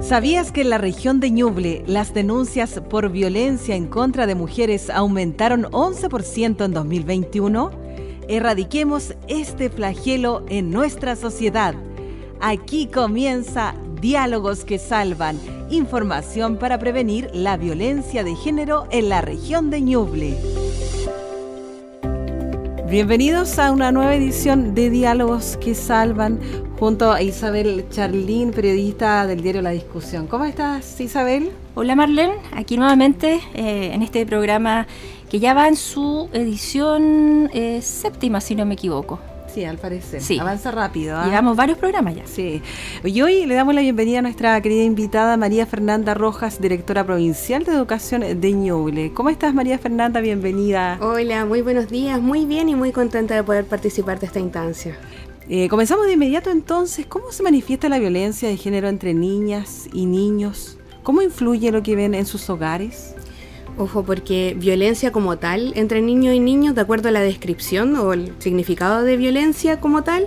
¿Sabías que en la región de Ñuble las denuncias por violencia en contra de mujeres aumentaron 11% en 2021? Erradiquemos este flagelo en nuestra sociedad. Aquí comienza Diálogos que Salvan, información para prevenir la violencia de género en la región de Ñuble. Bienvenidos a una nueva edición de Diálogos que Salvan, junto a Isabel Charlín, periodista del diario La Discusión. ¿Cómo estás, Isabel? Hola, Marlene, aquí nuevamente en este programa que ya va en su edición séptima, si no me equivoco. Sí, al parecer. Sí. Avanza rápido. Llevamos varios programas ya. Sí. Y hoy le damos la bienvenida a nuestra querida invitada María Fernanda Rojas, directora provincial de Educación de Ñuble. ¿Cómo estás, María Fernanda? Bienvenida. Hola, muy buenos días. Muy bien y muy contenta de poder participar de esta instancia. Comenzamos de inmediato entonces. ¿Cómo se manifiesta la violencia de género entre niñas y niños? ¿Cómo influye lo que ven en sus hogares? Ojo, porque violencia como tal entre niños y niños, de acuerdo a la descripción o el significado de violencia como tal,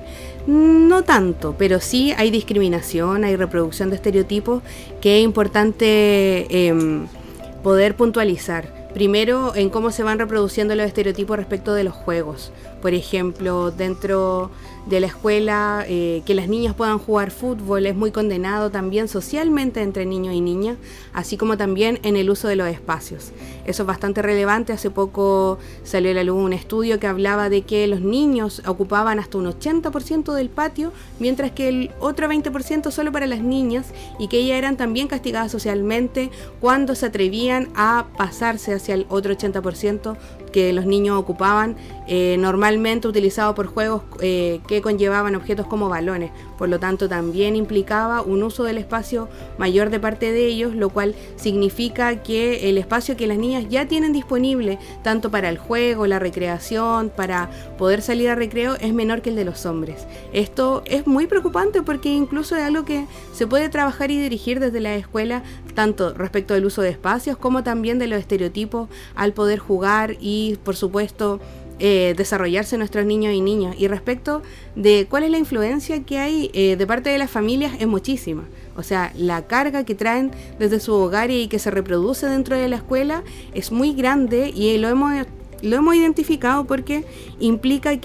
no tanto, pero sí hay discriminación, hay reproducción de estereotipos que es importante poder puntualizar. Primero, en cómo se van reproduciendo los estereotipos respecto de los juegos. Por ejemplo, dentro de la escuela, que las niñas puedan jugar fútbol es muy condenado también socialmente entre niños y niñas, así como también en el uso de los espacios. Eso es bastante relevante. Hace poco salió a la luz un estudio que hablaba de que los niños ocupaban hasta un 80% del patio, mientras que el otro 20% solo para las niñas, y que ellas eran también castigadas socialmente cuando se atrevían a pasarse hacia el otro 80% que los niños ocupaban, normalmente utilizado por juegos que conllevaban objetos como balones. Por lo tanto, también implicaba un uso del espacio mayor de parte de ellos, lo cual significa que el espacio que las niñas ya tienen disponible, tanto para el juego, la recreación, para poder salir a recreo, es menor que el de los hombres. Esto es muy preocupante porque incluso es algo que se puede trabajar y dirigir desde la escuela, tanto respecto del uso de espacios como también de los estereotipos al poder jugar y, por supuesto, desarrollarse nuestros niños y niñas. Y respecto de cuál es la influencia que hay de parte de las familias, es muchísima. O sea, la carga que traen desde su hogar y que se reproduce dentro de la escuela es muy grande, y lo hemos identificado porque implica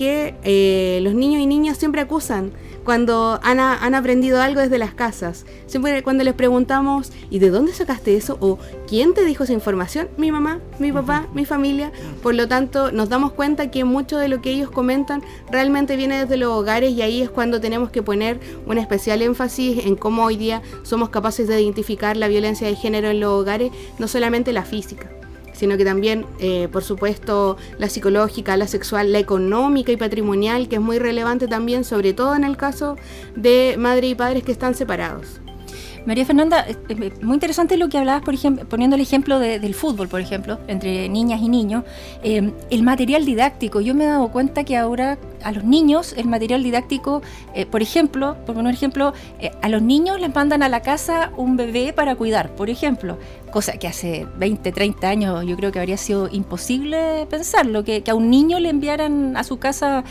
que los niños y niñas siempre acusan cuando han aprendido algo desde las casas. Siempre cuando les preguntamos, ¿y de dónde sacaste eso? O ¿quién te dijo esa información? Mi mamá, mi papá, mi familia. Por lo tanto, nos damos cuenta que mucho de lo que ellos comentan realmente viene desde los hogares, y ahí es cuando tenemos que poner un especial énfasis en cómo hoy día somos capaces de identificar la violencia de género en los hogares, no solamente la física, sino que también, por supuesto, la psicológica, la sexual, la económica y patrimonial, que es muy relevante también, sobre todo en el caso de madres y padres que están separados. María Fernanda, muy interesante lo que hablabas, por ejemplo, poniendo el ejemplo del fútbol, por ejemplo, entre niñas y niños. El material didáctico, yo me he dado cuenta que ahora a los niños el material didáctico, por ejemplo, por poner un ejemplo, a los niños les mandan a la casa un bebé para cuidar, por ejemplo, cosa que hace 20, 30 años yo creo que habría sido imposible pensarlo, que a un niño le enviaran a su casa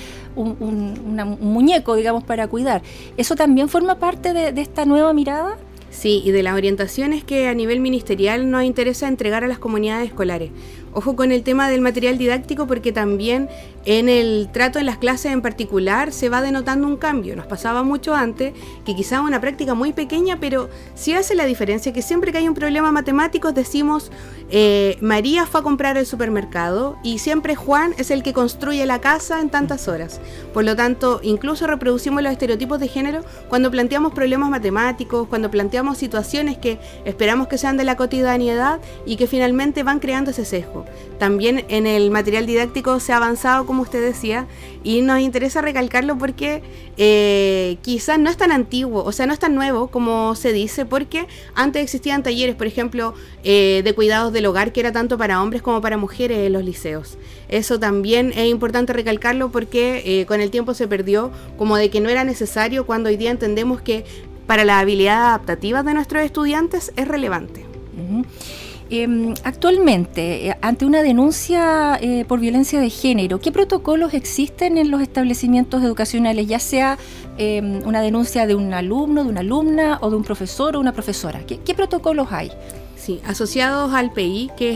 un muñeco, digamos, para cuidar. ¿Eso también forma parte de esta nueva mirada? Sí, y de las orientaciones que a nivel ministerial nos interesa entregar a las comunidades escolares. Ojo con el tema del material didáctico, porque también en el trato en las clases en particular se va denotando un cambio. Nos pasaba mucho antes que quizá una práctica muy pequeña, pero sí hace la diferencia, que siempre que hay un problema matemático decimos María fue a comprar al supermercado y siempre Juan es el que construye la casa en tantas horas. Por lo tanto, incluso reproducimos los estereotipos de género cuando planteamos problemas matemáticos, cuando planteamos situaciones que esperamos que sean de la cotidianidad y que finalmente van creando ese sesgo. También en el material didáctico se ha avanzado, como usted decía, y nos interesa recalcarlo porque quizás no es tan antiguo, o sea, no es tan nuevo como se dice, porque antes existían talleres, por ejemplo, de cuidados del hogar, que era tanto para hombres como para mujeres en los liceos. Eso también es importante recalcarlo porque con el tiempo se perdió, como de que no era necesario, cuando hoy día entendemos que para las habilidades adaptativas de nuestros estudiantes es relevante. Uh-huh. Actualmente, ante una denuncia por violencia de género, ¿qué protocolos existen en los establecimientos educacionales, ya sea una denuncia de un alumno, de una alumna o de un profesor o una profesora? ¿Qué protocolos hay? Sí, asociados al PI, que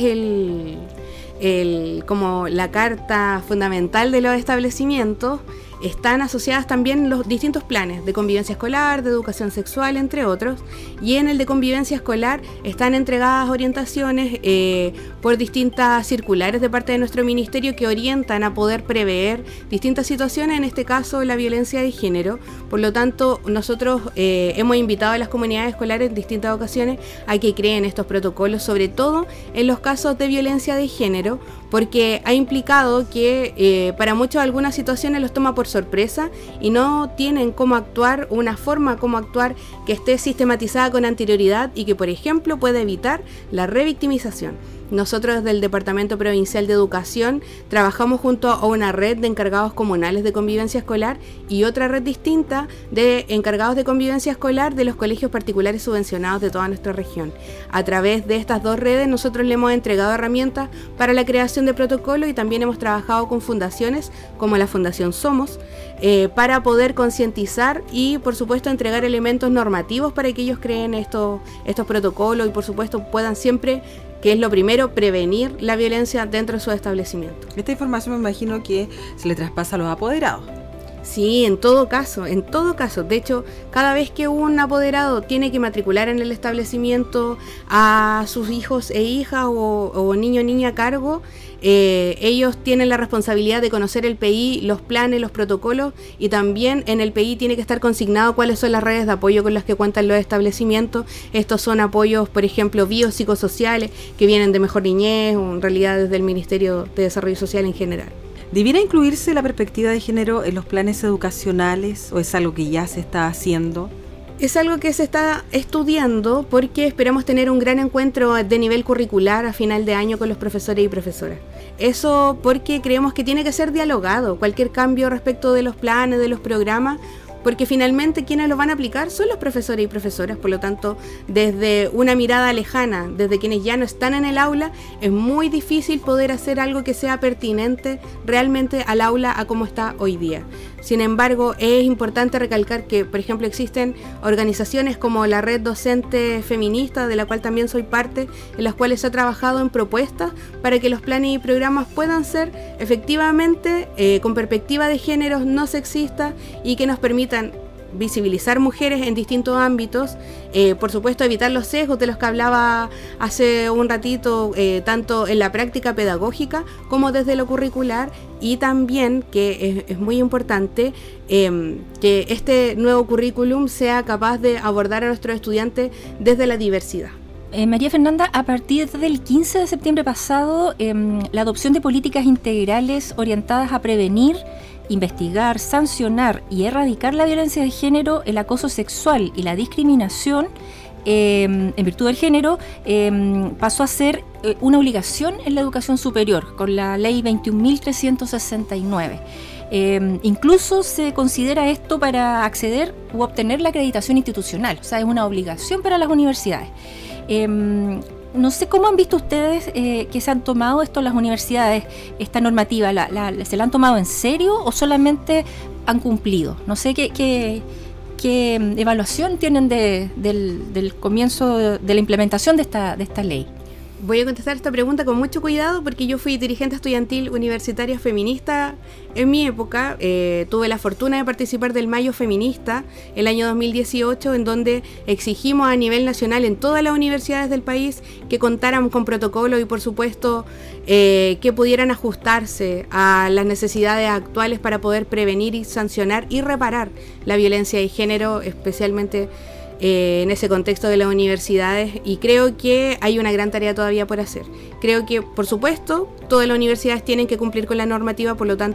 es como la carta fundamental de los establecimientos, están asociadas también los distintos planes de convivencia escolar, de educación sexual, entre otros, y en el de convivencia escolar están entregadas orientaciones por distintas circulares de parte de nuestro ministerio que orientan a poder prever distintas situaciones, en este caso la violencia de género. Por lo tanto, nosotros hemos invitado a las comunidades escolares en distintas ocasiones a que creen estos protocolos, sobre todo en los casos de violencia de género, porque ha implicado que para muchos algunas situaciones los toma por sorpresa y no tienen cómo actuar, una forma como actuar que esté sistematizada con anterioridad y que, por ejemplo, pueda evitar la revictimización. Nosotros desde el Departamento Provincial de Educación trabajamos junto a una red de encargados comunales de convivencia escolar y otra red distinta de encargados de convivencia escolar de los colegios particulares subvencionados de toda nuestra región. A través de estas dos redes nosotros le hemos entregado herramientas para la creación de protocolos y también hemos trabajado con fundaciones como la Fundación Somos para poder concientizar y, por supuesto, entregar elementos normativos para que ellos creen estos protocolos y, por supuesto, puedan siempre, que es lo primero, prevenir la violencia dentro de su establecimiento. Esta información me imagino que se le traspasa a los apoderados. Sí, en todo caso. De hecho, cada vez que un apoderado tiene que matricular en el establecimiento a sus hijos e hijas o niño o niña a cargo, ellos tienen la responsabilidad de conocer el PI, los planes, los protocolos, y también en el PI tiene que estar consignado cuáles son las redes de apoyo con las que cuentan los establecimientos. Estos son apoyos, por ejemplo, biopsicosociales, que vienen de Mejor Niñez o en realidad desde el Ministerio de Desarrollo Social en general. ¿Debiera incluirse la perspectiva de género en los planes educacionales o es algo que ya se está haciendo? Es algo que se está estudiando porque esperamos tener un gran encuentro de nivel curricular a final de año con los profesores y profesoras. Eso porque creemos que tiene que ser dialogado cualquier cambio respecto de los planes, de los programas, porque finalmente quienes lo van a aplicar son los profesores y profesoras. Por lo tanto, desde una mirada lejana, desde quienes ya no están en el aula, es muy difícil poder hacer algo que sea pertinente realmente al aula a como está hoy día. Sin embargo, es importante recalcar que, por ejemplo, existen organizaciones como la Red Docente Feminista, de la cual también soy parte, en las cuales se ha trabajado en propuestas para que los planes y programas puedan ser efectivamente con perspectiva de géneros no sexistas y que nos permitan visibilizar mujeres en distintos ámbitos, por supuesto evitar los sesgos de los que hablaba hace un ratito, tanto en la práctica pedagógica como desde lo curricular, y también, que es muy importante, que este nuevo currículum sea capaz de abordar a nuestros estudiantes desde la diversidad. María Fernanda, a partir del 15 de septiembre pasado, la adopción de políticas integrales orientadas a prevenir, investigar, sancionar y erradicar la violencia de género, el acoso sexual y la discriminación en virtud del género pasó a ser una obligación en la educación superior con la ley 21.369. Incluso se considera esto para acceder u obtener la acreditación institucional, o sea, es una obligación para las universidades. No sé cómo han visto ustedes que se han tomado esto las universidades, esta normativa, ¿se la han tomado en serio o solamente han cumplido? No sé qué evaluación tienen del comienzo de la implementación de esta ley. Voy a contestar esta pregunta con mucho cuidado porque yo fui dirigente estudiantil universitaria feminista en mi época. Tuve la fortuna de participar del Mayo Feminista el año 2018, en donde exigimos a nivel nacional en todas las universidades del país que contaran con protocolos y, por supuesto, que pudieran ajustarse a las necesidades actuales para poder prevenir y sancionar y reparar la violencia de género, especialmente en ese contexto de las universidades, y creo que hay una gran tarea todavía por hacer. Creo que, por supuesto, todas las universidades tienen que cumplir con la normativa, por lo tanto,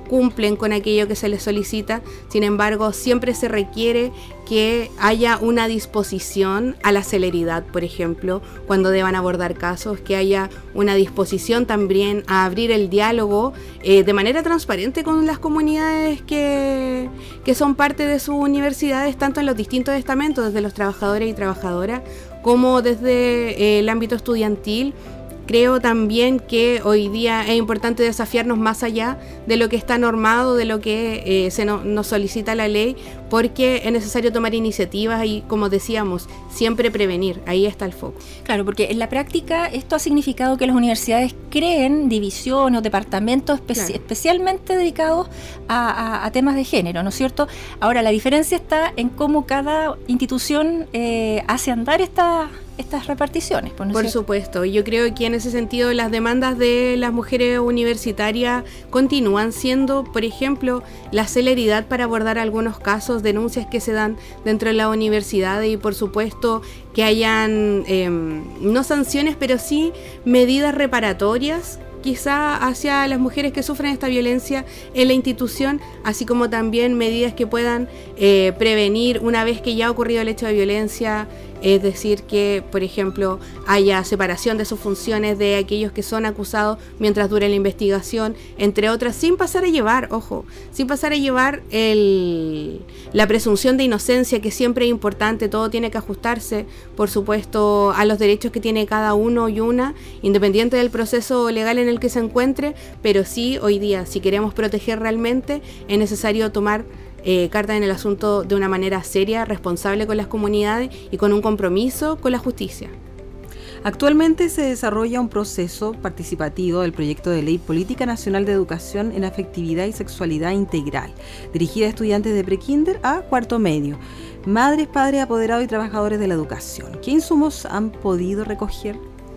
cumplen con aquello que se les solicita. Sin embargo, siempre se requiere que haya una disposición a la celeridad, por ejemplo, cuando deban abordar casos, que haya una disposición también a abrir el diálogo de manera transparente con las comunidades que son parte de sus universidades, tanto en los distintos estamentos, desde los trabajadores y trabajadoras, como desde el ámbito estudiantil. Creo también que hoy día es importante desafiarnos más allá de lo que está normado, de lo que nos solicita la ley, porque es necesario tomar iniciativas y, como decíamos, siempre prevenir. Ahí está el foco. Claro, porque en la práctica esto ha significado que las universidades creen divisiones o departamentos especialmente dedicados a temas de género, ¿no es cierto? Ahora, la diferencia está en cómo cada institución hace andar estas reparticiones. Por supuesto, yo creo que en ese sentido las demandas de las mujeres universitarias continúan siendo, por ejemplo, la celeridad para abordar algunos casos, denuncias que se dan dentro de la universidad, y por supuesto que hayan no sanciones, pero sí medidas reparatorias quizá hacia las mujeres que sufren esta violencia en la institución, así como también medidas que puedan prevenir una vez que ya ha ocurrido el hecho de violencia. Es decir, que, por ejemplo, haya separación de sus funciones de aquellos que son acusados mientras dure la investigación, entre otras, sin pasar a llevar la presunción de inocencia, que siempre es importante. Todo tiene que ajustarse, por supuesto, a los derechos que tiene cada uno y una, independiente del proceso legal en el que se encuentre, pero sí, hoy día, si queremos proteger realmente, es necesario tomar carta en el asunto de una manera seria, responsable con las comunidades y con un compromiso con la justicia. Actualmente se desarrolla un proceso participativo del proyecto de ley Política Nacional de Educación en Afectividad y Sexualidad Integral, dirigida a estudiantes de prekinder a cuarto medio, madres, padres, apoderados y trabajadores de la educación. ¿Qué insumos han podido recoger?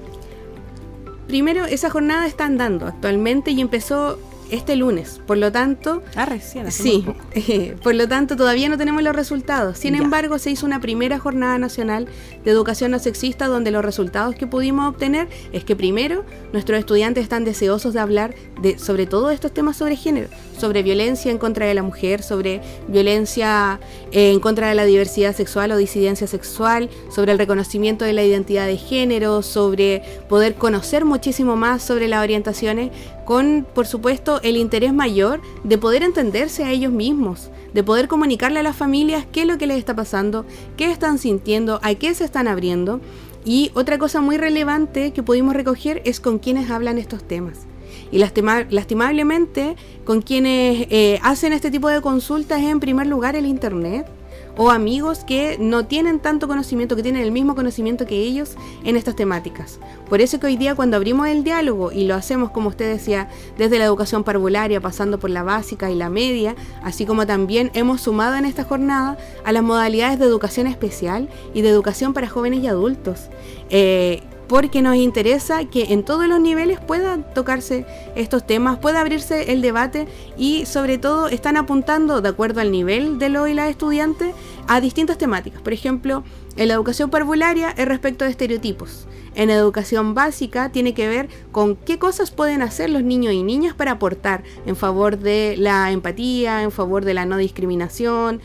Primero, esa jornada está andando actualmente y empezó este lunes, por lo tanto... recién. Sí, por lo tanto todavía no tenemos los resultados. Sin embargo, se hizo una primera jornada nacional de educación no sexista, donde los resultados que pudimos obtener es que, primero, nuestros estudiantes están deseosos de hablar sobre todo estos temas sobre género, sobre violencia en contra de la mujer, sobre violencia en contra de la diversidad sexual o disidencia sexual, sobre el reconocimiento de la identidad de género, sobre poder conocer muchísimo más sobre las orientaciones, con, por supuesto, el interés mayor de poder entenderse a ellos mismos, de poder comunicarle a las familias qué es lo que les está pasando, qué están sintiendo, a qué se están abriendo. Y otra cosa muy relevante que pudimos recoger es con quienes hablan estos temas. Y lastimablemente, con quienes hacen este tipo de consultas es, en primer lugar, el Internet, o amigos que no tienen tanto conocimiento, que tienen el mismo conocimiento que ellos en estas temáticas. Por eso que hoy día, cuando abrimos el diálogo y lo hacemos, como usted decía, desde la educación parvularia, pasando por la básica y la media, así como también hemos sumado en esta jornada a las modalidades de educación especial y de educación para jóvenes y adultos, porque nos interesa que en todos los niveles puedan tocarse estos temas, pueda abrirse el debate, y sobre todo están apuntando, de acuerdo al nivel de los y las estudiantes, a distintas temáticas. Por ejemplo, en la educación parvularia es respecto de estereotipos. En educación básica tiene que ver con qué cosas pueden hacer los niños y niñas para aportar en favor de la empatía, en favor de la no discriminación,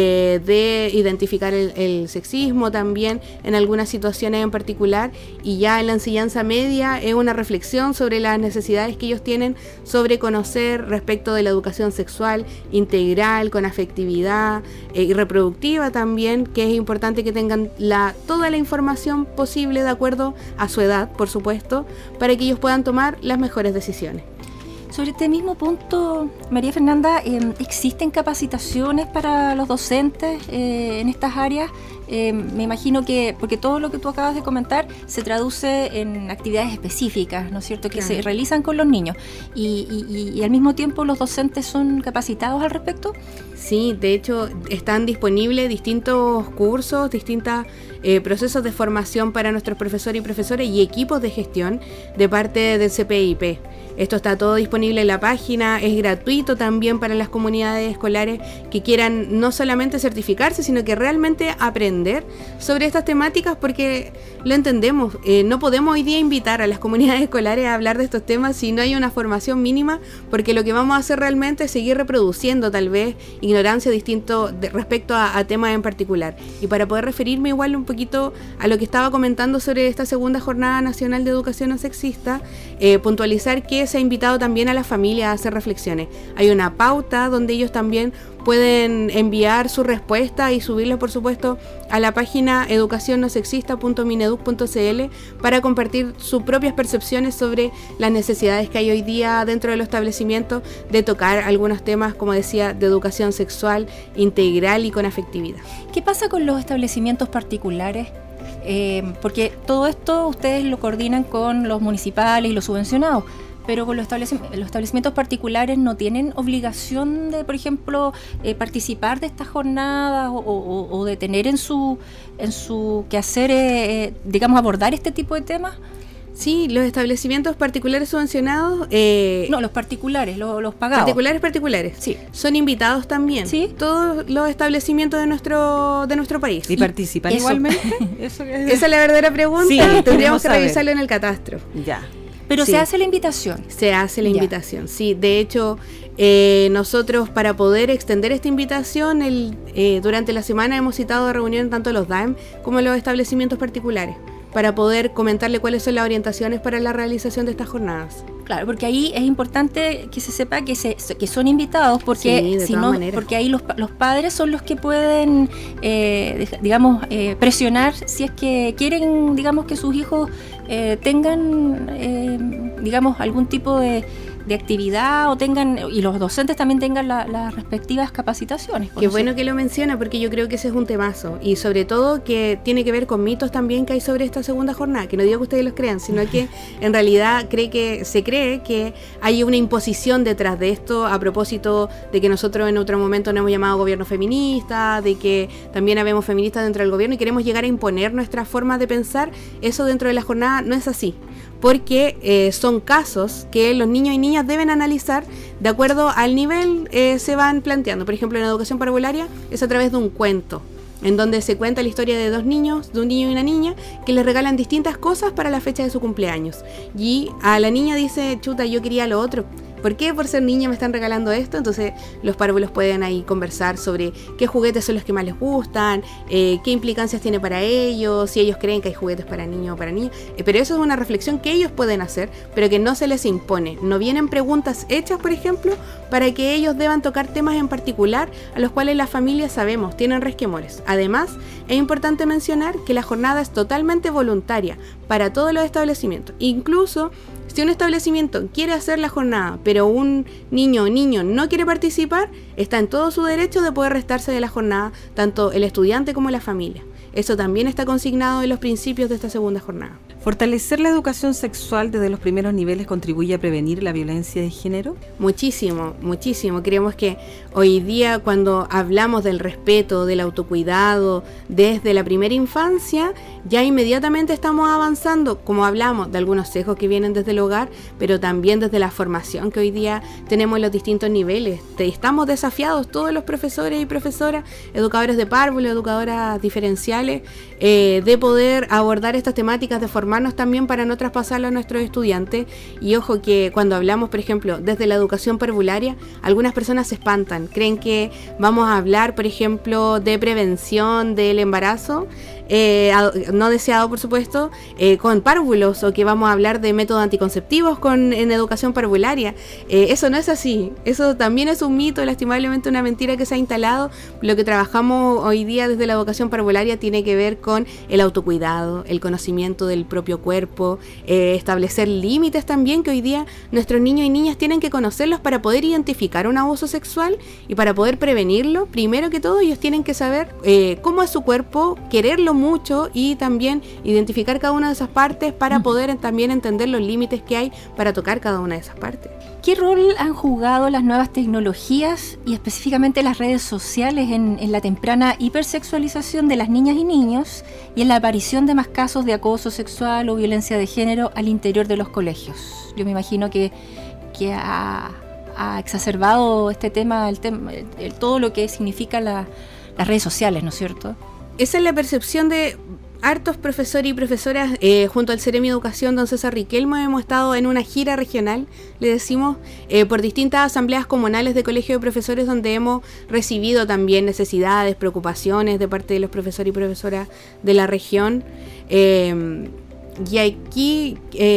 de identificar el sexismo también en algunas situaciones en particular. Y ya en la enseñanza media es una reflexión sobre las necesidades que ellos tienen sobre conocer respecto de la educación sexual integral, con afectividad y reproductiva también, que es importante que tengan toda la información posible de acuerdo a su edad, por supuesto, para que ellos puedan tomar las mejores decisiones. Sobre este mismo punto, María Fernanda, ¿existen capacitaciones para los docentes en estas áreas? Me imagino que, porque todo lo que tú acabas de comentar se traduce en actividades específicas, ¿no es cierto?, que se realizan con los niños, y al mismo tiempo los docentes son capacitados al respecto. Sí, de hecho están disponibles distintos cursos, distintos procesos de formación para nuestros profesores y profesoras y equipos de gestión de parte del CPIP. Esto está todo disponible en la página, es gratuito también para las comunidades escolares que quieran no solamente certificarse, sino que realmente aprender aprender sobre estas temáticas, porque lo entendemos. No podemos hoy día invitar a las comunidades escolares a hablar de estos temas si no hay una formación mínima, porque lo que vamos a hacer realmente es seguir reproduciendo tal vez ignorancia distinto respecto a temas en particular. Y para poder referirme igual un poquito a lo que estaba comentando sobre esta segunda Jornada Nacional de Educación No Sexista, puntualizar que se ha invitado también a las familias a hacer reflexiones. Hay una pauta donde ellos también pueden enviar su respuesta y subirlo, por supuesto, a la página educacionnosexista.mineduc.cl para compartir sus propias percepciones sobre las necesidades que hay hoy día dentro de los establecimientos de tocar algunos temas, como decía, de educación sexual integral y con afectividad. ¿Qué pasa con los establecimientos particulares? Porque todo esto ustedes lo coordinan con los municipales y los subvencionados, pero con los establecimientos particulares no tienen obligación de, por ejemplo, participar de estas jornadas o de tener en su quehacer, digamos, abordar este tipo de temas. Sí, los establecimientos particulares subvencionados... no, los particulares, los pagados. Particulares. Sí. Son invitados también. Sí. Todos los establecimientos de nuestro país. ¿Y participan igualmente? Esa es la verdadera pregunta. Sí, tendríamos que revisarlo en el catastro. Ya. Pero Sí. se hace la invitación. Se hace la invitación, sí. De hecho, nosotros para poder extender esta invitación, durante la semana hemos citado a reunión tanto los DAEM como los establecimientos particulares, para poder comentarle cuáles son las orientaciones para la realización de estas jornadas. Claro, porque ahí es importante que se sepa que son invitados, porque Sí, de si todas no, maneras. porque ahí los padres son los que pueden, digamos, presionar si es que quieren, digamos, que sus hijos tengan, digamos, algún tipo de actividad y los docentes también tengan las respectivas capacitaciones. Qué bueno que lo menciona, porque yo creo que ese es un temazo, y sobre todo que tiene que ver con mitos también que hay sobre esta segunda jornada, que no digo que ustedes los crean, sino que en realidad se cree que hay una imposición detrás de esto, a propósito de que nosotros en otro momento nos hemos llamado gobierno feminista, de que también habemos feministas dentro del gobierno y queremos llegar a imponer nuestras formas de pensar. Eso dentro de la jornada no es así, porque son casos que los niños y niñas deben analizar de acuerdo al nivel se van planteando. Por ejemplo, en educación parvularia es a través de un cuento, en donde se cuenta la historia de dos niños, de un niño y una niña, que les regalan distintas cosas para la fecha de su cumpleaños. Y a la niña dice, chuta, yo quería lo otro. ¿Por qué? Por ser niña me están regalando esto. Entonces los párvulos pueden ahí conversar sobre qué juguetes son los que más les gustan, qué implicancias tiene para ellos, si ellos creen que hay juguetes para niños o para niñas. Pero eso es una reflexión que ellos pueden hacer, pero que no se les impone. No vienen preguntas hechas, por ejemplo, para que ellos deban tocar temas en particular a los cuales las familias sabemos tienen resquemores. Además, es importante mencionar que la jornada es totalmente voluntaria para todos los establecimientos. Incluso si un establecimiento quiere hacer la jornada, pero un niño o niño no quiere participar, está en todo su derecho de poder restarse de la jornada, tanto el estudiante como la familia. Eso también está consignado en los principios de esta segunda jornada. ¿Fortalecer la educación sexual desde los primeros niveles contribuye a prevenir la violencia de género? Muchísimo, muchísimo. Creemos que hoy día, cuando hablamos del respeto, del autocuidado desde la primera infancia, ya inmediatamente estamos avanzando, como hablamos de algunos sesgos que vienen desde el hogar, pero también desde la formación que hoy día tenemos en los distintos niveles. Estamos desafiados todos los profesores y profesoras, educadores de párvulo, educadoras diferenciales, de poder abordar estas temáticas, de formarnos también para no traspasarlo a nuestros estudiantes. Y ojo que cuando hablamos, por ejemplo, desde la educación parvularia, algunas personas se espantan, creen que vamos a hablar, por ejemplo, de prevención del embarazo no deseado, por supuesto, con párvulos, o que vamos a hablar de métodos anticonceptivos en educación parvularia. Eso no es así, eso también es un mito, lastimablemente una mentira que se ha instalado. Lo que trabajamos hoy día desde la educación parvularia tiene que ver con el autocuidado, el conocimiento del propio cuerpo, establecer límites también, que hoy día nuestros niños y niñas tienen que conocerlos para poder identificar un abuso sexual, y para poder prevenirlo, primero que todo ellos tienen que saber cómo es su cuerpo, quererlo mucho, y también identificar cada una de esas partes para poder también entender los límites que hay para tocar cada una de esas partes. ¿Qué rol han jugado las nuevas tecnologías y específicamente las redes sociales en la temprana hipersexualización de las niñas y niños y en la aparición de más casos de acoso sexual o violencia de género al interior de los colegios? Yo me imagino que ha exacerbado este tema, todo lo que significa las redes sociales, ¿no es cierto? Esa es la percepción de hartos profesores y profesoras. Junto al Ceremi de Educación, don César Riquelmo, hemos estado en una gira regional, le decimos, por distintas asambleas comunales de colegios de profesores, donde hemos recibido también necesidades, preocupaciones de parte de los profesores y profesoras de la región. Y aquí,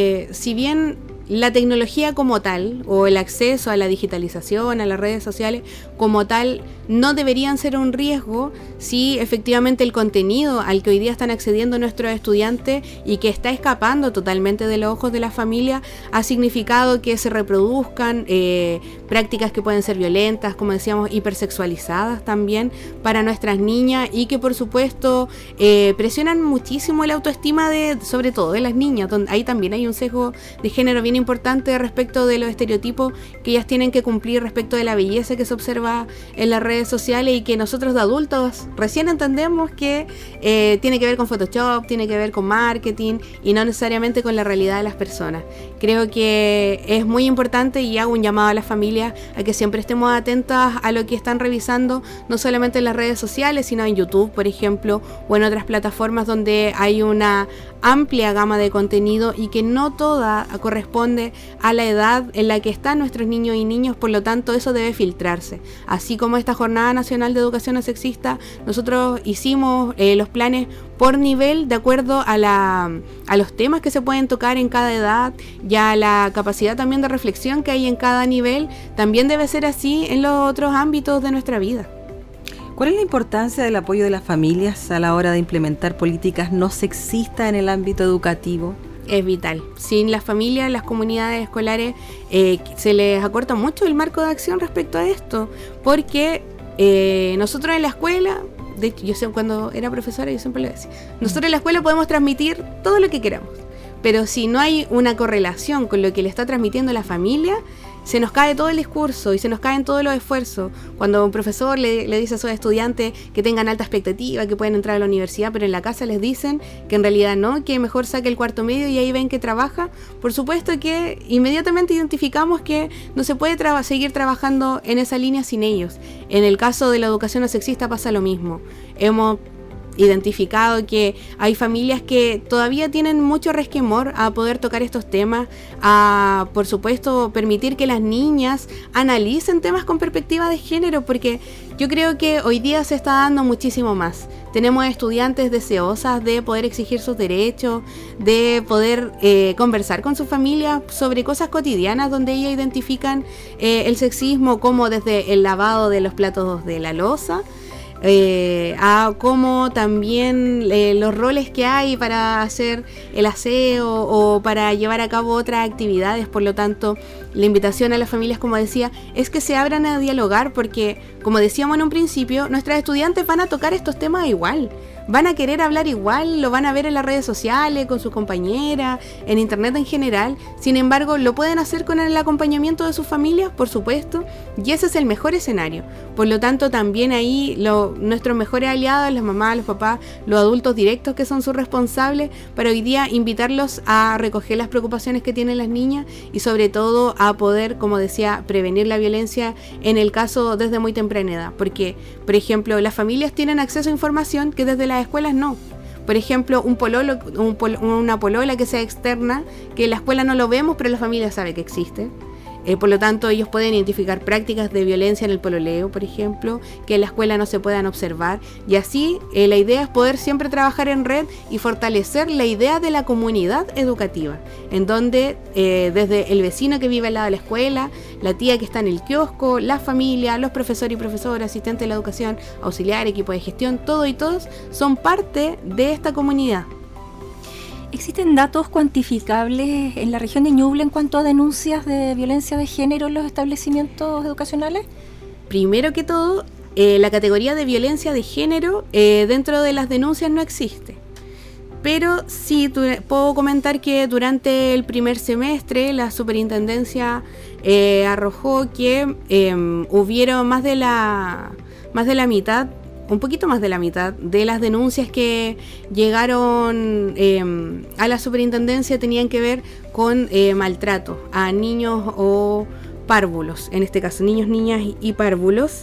si bien la tecnología como tal, o el acceso a la digitalización, a las redes sociales como tal, no deberían ser un riesgo si efectivamente el contenido al que hoy día están accediendo nuestros estudiantes y que está escapando totalmente de los ojos de la familia ha significado que se reproduzcan prácticas que pueden ser violentas, como decíamos, hipersexualizadas también para nuestras niñas, y que por supuesto presionan muchísimo la autoestima sobre todo de las niñas, donde ahí también hay un sesgo de género bien importante respecto de los estereotipos que ellas tienen que cumplir respecto de la belleza que se observa en las redes sociales, y que nosotros de adultos recién entendemos que tiene que ver con Photoshop, tiene que ver con marketing y no necesariamente con la realidad de las personas. Creo que es muy importante, y hago un llamado a las familias a que siempre estemos atentas a lo que están revisando, no solamente en las redes sociales, sino en YouTube, por ejemplo, o en otras plataformas donde hay una amplia gama de contenido y que no toda corresponde a la edad en la que están nuestros niños y niñas. Por lo tanto, eso debe filtrarse. Así como esta Jornada Nacional de Educación No Sexista, nosotros hicimos los planes por nivel de acuerdo a los temas que se pueden tocar en cada edad, y a la capacidad también de reflexión que hay en cada nivel. También debe ser así en los otros ámbitos de nuestra vida. ¿Cuál es la importancia del apoyo de las familias a la hora de implementar políticas no sexistas en el ámbito educativo? Es vital. Sin las familias, las comunidades escolares, se les acorta mucho el marco de acción respecto a esto, porque nosotros en la escuela, de hecho, yo sé, cuando era profesora yo siempre lo decía, nosotros en la escuela podemos transmitir todo lo que queramos, pero si no hay una correlación con lo que le está transmitiendo la familia, se nos cae todo el discurso y se nos caen todos los esfuerzos. Cuando un profesor le dice a sus estudiantes que tengan alta expectativa, que pueden entrar a la universidad, pero en la casa les dicen que en realidad no, que mejor saque el cuarto medio y ahí ven que trabaja, por supuesto que inmediatamente identificamos que no se puede seguir trabajando en esa línea sin ellos. En el caso de la educación no sexista pasa lo mismo. Hemos identificado que hay familias que todavía tienen mucho resquemor a poder tocar estos temas, a, por supuesto, permitir que las niñas analicen temas con perspectiva de género, porque yo creo que hoy día se está dando muchísimo más. Tenemos estudiantes deseosas de poder exigir sus derechos, de poder conversar con su familia sobre cosas cotidianas donde ellas identifican el sexismo, como desde el lavado de los platos de la loza, a cómo también los roles que hay para hacer el aseo o para llevar a cabo otras actividades. Por lo tanto, la invitación a las familias, como decía, es que se abran a dialogar, porque, como decíamos en un principio, nuestras estudiantes van a tocar estos temas igual, van a querer hablar igual, lo van a ver en las redes sociales, con sus compañeras, en internet en general. Sin embargo, lo pueden hacer con el acompañamiento de sus familias, por supuesto, y ese es el mejor escenario. Por lo tanto, también ahí nuestros mejores aliados, las mamás, los papás, los adultos directos que son sus responsables, para hoy día invitarlos a recoger las preocupaciones que tienen las niñas y sobre todo a poder, como decía, prevenir la violencia en el caso desde muy temprana edad. Porque, por ejemplo, las familias tienen acceso a información que desde las escuelas no. Por ejemplo, una polola que sea externa, que en la escuela no lo vemos, pero la familia sabe que existe. Por lo tanto, ellos pueden identificar prácticas de violencia en el pololeo, por ejemplo, que en la escuela no se puedan observar. Y así, la idea es poder siempre trabajar en red y fortalecer la idea de la comunidad educativa, en donde desde el vecino que vive al lado de la escuela, la tía que está en el kiosco, la familia, los profesores y profesoras, asistentes de la educación, auxiliar, equipo de gestión, todo y todos son parte de esta comunidad. ¿Existen datos cuantificables en la región de Ñuble en cuanto a denuncias de violencia de género en los establecimientos educacionales? Primero que todo, la categoría de violencia de género dentro de las denuncias no existe. Pero sí puedo comentar que durante el primer semestre la superintendencia arrojó que hubieron más de la mitad, un poquito más de la mitad de las denuncias que llegaron a la superintendencia tenían que ver con maltrato a niños o párvulos, en este caso niños, niñas y párvulos.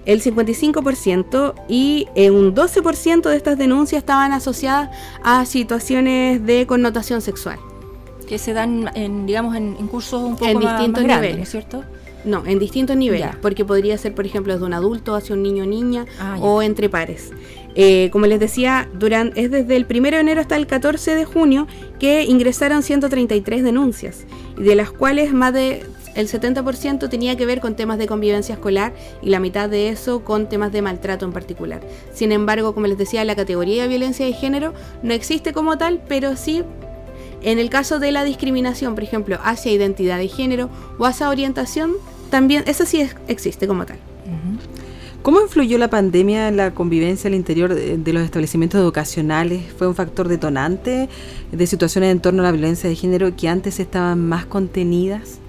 el 55%, y un 12% de estas denuncias estaban asociadas a situaciones de connotación sexual. Que se dan en cursos un poco en más distintos grandes, niveles, ¿no es cierto? No, en distintos niveles, Ya. porque podría ser, por ejemplo, de un adulto hacia un niño o niña, Ya. o entre pares. Como les decía, es desde el 1 de enero hasta el 14 de junio que ingresaron 133 denuncias, y de las cuales más de el 70% tenía que ver con temas de convivencia escolar, y la mitad de eso con temas de maltrato en particular. Sin embargo, como les decía, la categoría de violencia de género no existe como tal, pero sí en el caso de la discriminación, por ejemplo, hacia identidad de género o hacia orientación, también esa sí existe como tal. ¿Cómo influyó la pandemia en la convivencia al interior de los establecimientos educacionales? ¿Fue un factor detonante de situaciones en torno a la violencia de género que antes estaban más contenidas?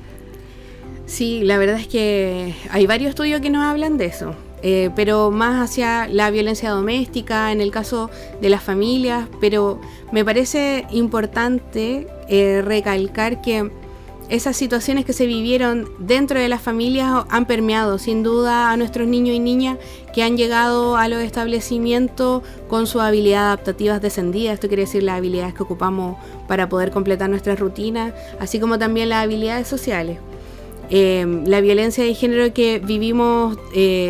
Sí, la verdad es que hay varios estudios que nos hablan de eso, pero más hacia la violencia doméstica, en el caso de las familias, pero me parece importante recalcar que esas situaciones que se vivieron dentro de las familias han permeado sin duda a nuestros niños y niñas que han llegado a los establecimientos con sus habilidades adaptativas descendidas. Esto quiere decir las habilidades que ocupamos para poder completar nuestras rutinas, así como también las habilidades sociales. La violencia de género que vivimos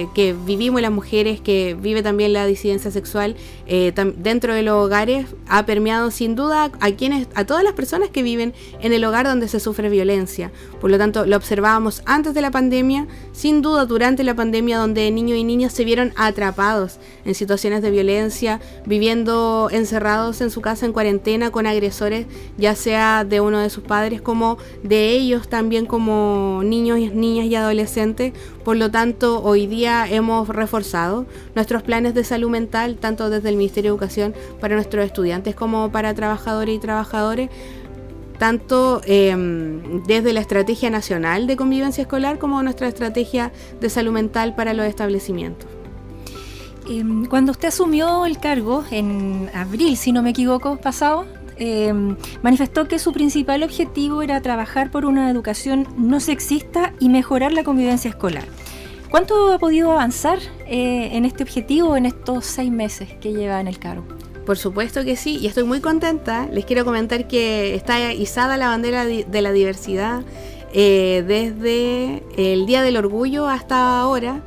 las mujeres, que vive también la disidencia sexual dentro de los hogares, ha permeado sin duda a todas las personas que viven en el hogar donde se sufre violencia. Por lo tanto, lo observábamos antes de la pandemia, sin duda durante la pandemia, donde niños y niñas se vieron atrapados en situaciones de violencia, viviendo encerrados en su casa en cuarentena con agresores, ya sea de uno de sus padres como de ellos también como niños, niñas y adolescentes. Por lo tanto, hoy día hemos reforzado nuestros planes de salud mental, tanto desde el Ministerio de Educación para nuestros estudiantes como para trabajadores y trabajadores, tanto desde la Estrategia Nacional de Convivencia Escolar como nuestra Estrategia de Salud Mental para los establecimientos. Cuando usted asumió el cargo en abril, si no me equivoco, pasado, manifestó que su principal objetivo era trabajar por una educación no sexista y mejorar la convivencia escolar. ¿Cuánto ha podido avanzar en este objetivo en estos 6 meses que lleva en el cargo? Por supuesto que sí, y estoy muy contenta. Les quiero comentar que está izada la bandera de la diversidad desde el Día del Orgullo hasta ahora,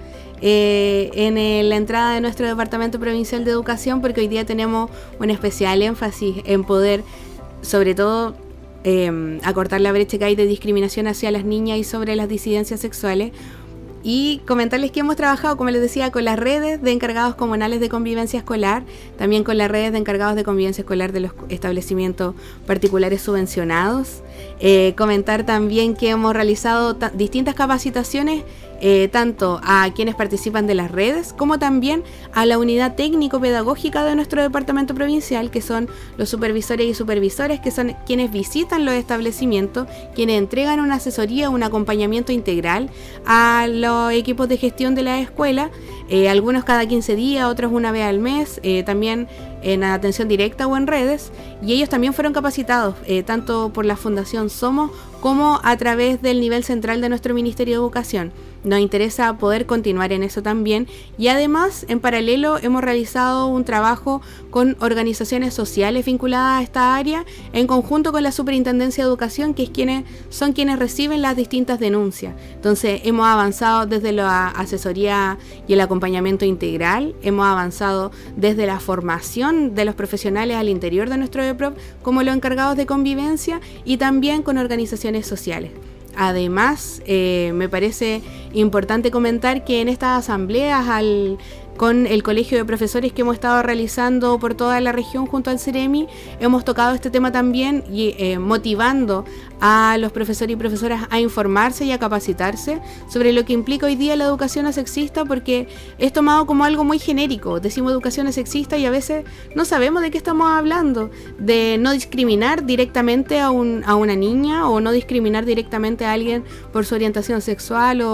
en la entrada de nuestro Departamento Provincial de Educación, porque hoy día tenemos un especial énfasis en poder, sobre todo, acortar la brecha que hay de discriminación hacia las niñas y sobre las disidencias sexuales. Y comentarles que hemos trabajado, como les decía, con las redes de encargados comunales de convivencia escolar, también con las redes de encargados de convivencia escolar de los establecimientos particulares subvencionados. Comentar también que hemos realizado distintas capacitaciones, tanto a quienes participan de las redes, como también a la unidad técnico-pedagógica de nuestro departamento provincial, que son los supervisores y supervisores, que son quienes visitan los establecimientos, quienes entregan una asesoría, un acompañamiento integral a los equipos de gestión de la escuela, algunos cada 15 días, otros una vez al mes, también en atención directa o en redes, y ellos también fueron capacitados tanto por la Fundación Somos como a través del nivel central de nuestro Ministerio de Educación. Nos interesa poder continuar en eso también, y además en paralelo hemos realizado un trabajo con organizaciones sociales vinculadas a esta área en conjunto con la Superintendencia de Educación, que son quienes reciben las distintas denuncias. Entonces hemos avanzado desde la asesoría y el acompañamiento integral, hemos avanzado desde la formación de los profesionales al interior de nuestro EPROP como los encargados de convivencia, y también con organizaciones sociales. Además, me parece importante comentar que en estas asambleas con el colegio de profesores que hemos estado realizando por toda la región junto al CEREMI, hemos tocado este tema también, y motivando a los profesores y profesoras a informarse y a capacitarse sobre lo que implica hoy día la educación no sexista, porque es tomado como algo muy genérico. Decimos educación no sexista y a veces no sabemos de qué estamos hablando, de no discriminar directamente a una niña, o no discriminar directamente a alguien por su orientación sexual o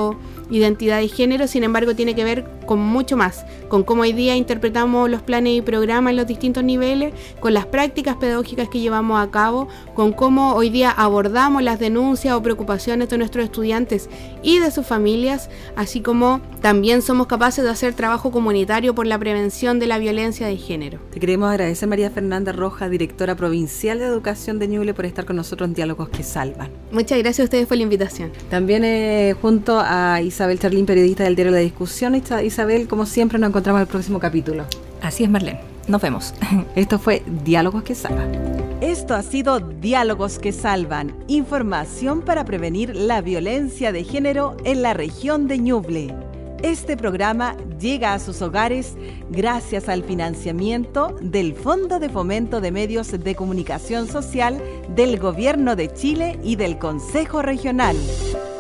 identidad de género, sin embargo tiene que ver con mucho más, con cómo hoy día interpretamos los planes y programas en los distintos niveles, con las prácticas pedagógicas que llevamos a cabo, con cómo hoy día abordamos las denuncias o preocupaciones de nuestros estudiantes y de sus familias, así como también somos capaces de hacer trabajo comunitario por la prevención de la violencia de género. Te queremos agradecer, María Fernanda Rojas, directora provincial de Educación de Ñuble, por estar con nosotros en Diálogos que Salvan. Muchas gracias a ustedes por la invitación. También junto a Isabel Charlín, periodista del Diario La Discusión. Isabel, como siempre, nos encontramos en el próximo capítulo. Así es, Marlene. Nos vemos. Esto fue Diálogos que Salvan. Esto ha sido Diálogos que Salvan, información para prevenir la violencia de género en la región de Ñuble. Este programa llega a sus hogares gracias al financiamiento del Fondo de Fomento de Medios de Comunicación Social del Gobierno de Chile y del Consejo Regional.